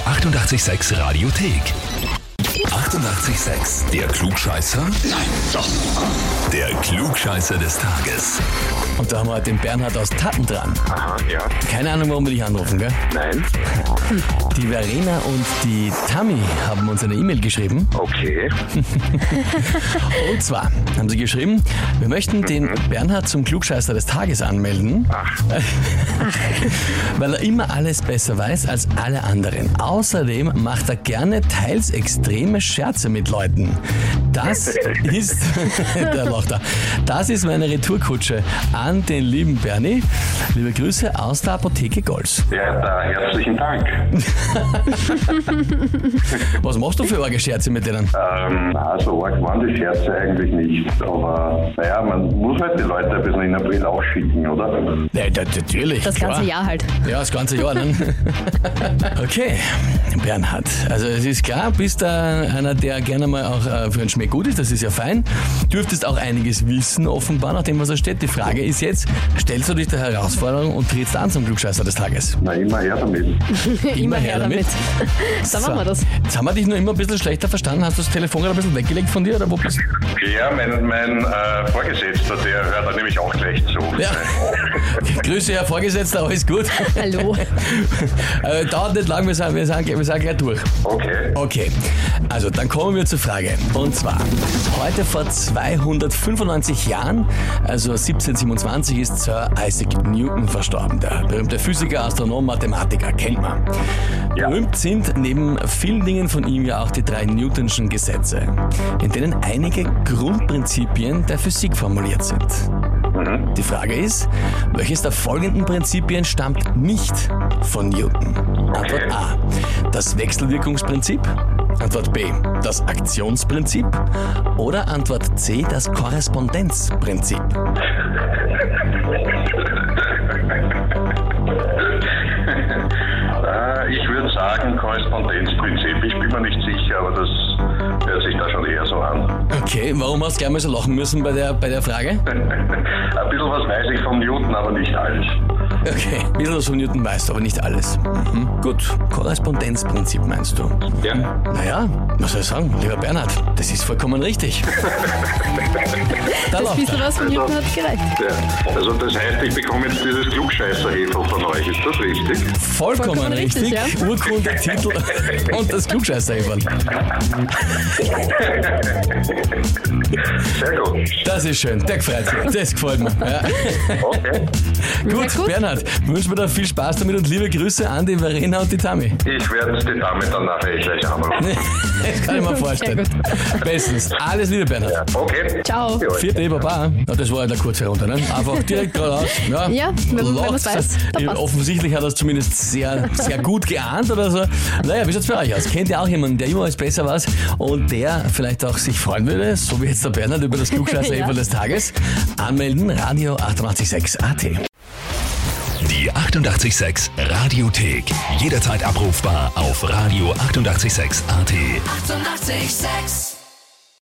886 Radiothek. 88,6. Der Klugscheißer? Nein, doch. Der Klugscheißer des Tages. Und da haben wir heute den Bernhard aus Tatten dran. Aha, ja. Keine Ahnung, warum wir dich anrufen, gell? Nein. Die Verena und die Tammy haben uns eine E-Mail geschrieben. Okay. Und zwar haben sie geschrieben, wir möchten den Bernhard zum Klugscheißer des Tages anmelden. Weil er immer alles besser weiß als alle anderen. Außerdem macht er gerne teils extreme Scherze mit Leuten. Das ist, der lacht da. Das ist meine Retourkutsche an den lieben Bernie. Liebe Grüße aus der Apotheke Golz. Ja, herzlichen Dank. Was machst du für arge Scherze mit denen? Also arg waren die Scherze eigentlich nicht. Aber naja, man muss halt die Leute ein bisschen in April ausschicken, oder? Ja, natürlich. Das klar. ganze Jahr halt. Ja, das ganze Jahr, ne? Okay, Bernhard, also es ist klar, bist da einer, der gerne mal auch für einen Schmäh gut ist, das ist ja fein. Dürftest auch einiges wissen, offenbar, nach dem, was da steht. Die Frage ist jetzt, stellst du dich der Herausforderung und trittst an zum Klugscheißer des Tages? Na, immer her damit. Immer her damit. Dann machen wir das. Jetzt haben wir dich nur immer ein bisschen schlechter verstanden. Hast du das Telefon gerade ein bisschen weggelegt von dir, oder wo bist du? Ja, mein Vorgesetzter, der hört da nämlich auch gleich zu. Ja. Grüße, Herr Vorgesetzter, alles gut? Hallo. Dauert nicht lang, wir sind gleich durch. Okay, also dann kommen wir zur Frage. Und zwar, heute vor 295 Jahren, also 1727, ist Sir Isaac Newton verstorben. Der berühmte Physiker, Astronom, Mathematiker, kennt man. Ja. Berühmt sind neben vielen Dingen von ihm ja auch die 3 Newtonschen Gesetze, in denen einige Grundprinzipien der Physik formuliert sind. Die Frage ist, welches der folgenden Prinzipien stammt nicht von Newton? Antwort A, das Wechselwirkungsprinzip. Antwort B, das Aktionsprinzip. Oder Antwort C, das Korrespondenzprinzip. Ich würde sagen Korrespondenzprinzip. Ich bin mir nicht sicher, aber das hört sich da schon eher so an. Okay, warum hast du gleich mal so lachen müssen bei der Frage? Ein bisschen was weiß ich vom Newton, aber nicht alles. Okay, ein bisschen was von Newton weißt du, aber nicht alles. Gut, Korrespondenzprinzip meinst du? Ja. Naja, was soll ich sagen, lieber Bernhard, das ist vollkommen richtig. Da Das bisschen was von Newton hat gereicht. Ja. Also das heißt, ich bekomme jetzt dieses Klugscheißer-Hefel von euch, ist das richtig? Vollkommen richtig, ja. Urkunde, Titel und das Klugscheißer-Eferl. Sehr gut. Das ist schön, der gefreut sich, das gefällt mir. Ja. Okay. Gut, Bernhard, wünschen wir dir viel Spaß damit und liebe Grüße an die Verena und die Tammy. Ich werde die Dame dann nachher gleich anrufen. Das kann ich mir vorstellen. Bestens. Alles Liebe, Bernhard. Ja. Okay. Ciao. Vierte Baba. Ja, das war halt eine kurze Runde, ne? Einfach direkt geradeaus. Ja, wenn man Lacht's. es weiß, dann passt. Offensichtlich hat er es zumindest sehr, sehr gut geahnt oder so. Naja, wie schaut's bei euch aus? Kennt ihr auch jemanden, der immer alles besser weiß und der vielleicht auch sich freuen würde, so wie jetzt der Bernhard, über das Klugscheißer-Eferl des Tages? Anmelden, Radio 88.6 AT. Die 88,6 Radiothek. Jederzeit abrufbar auf Radio 88,6 AT. 88,6.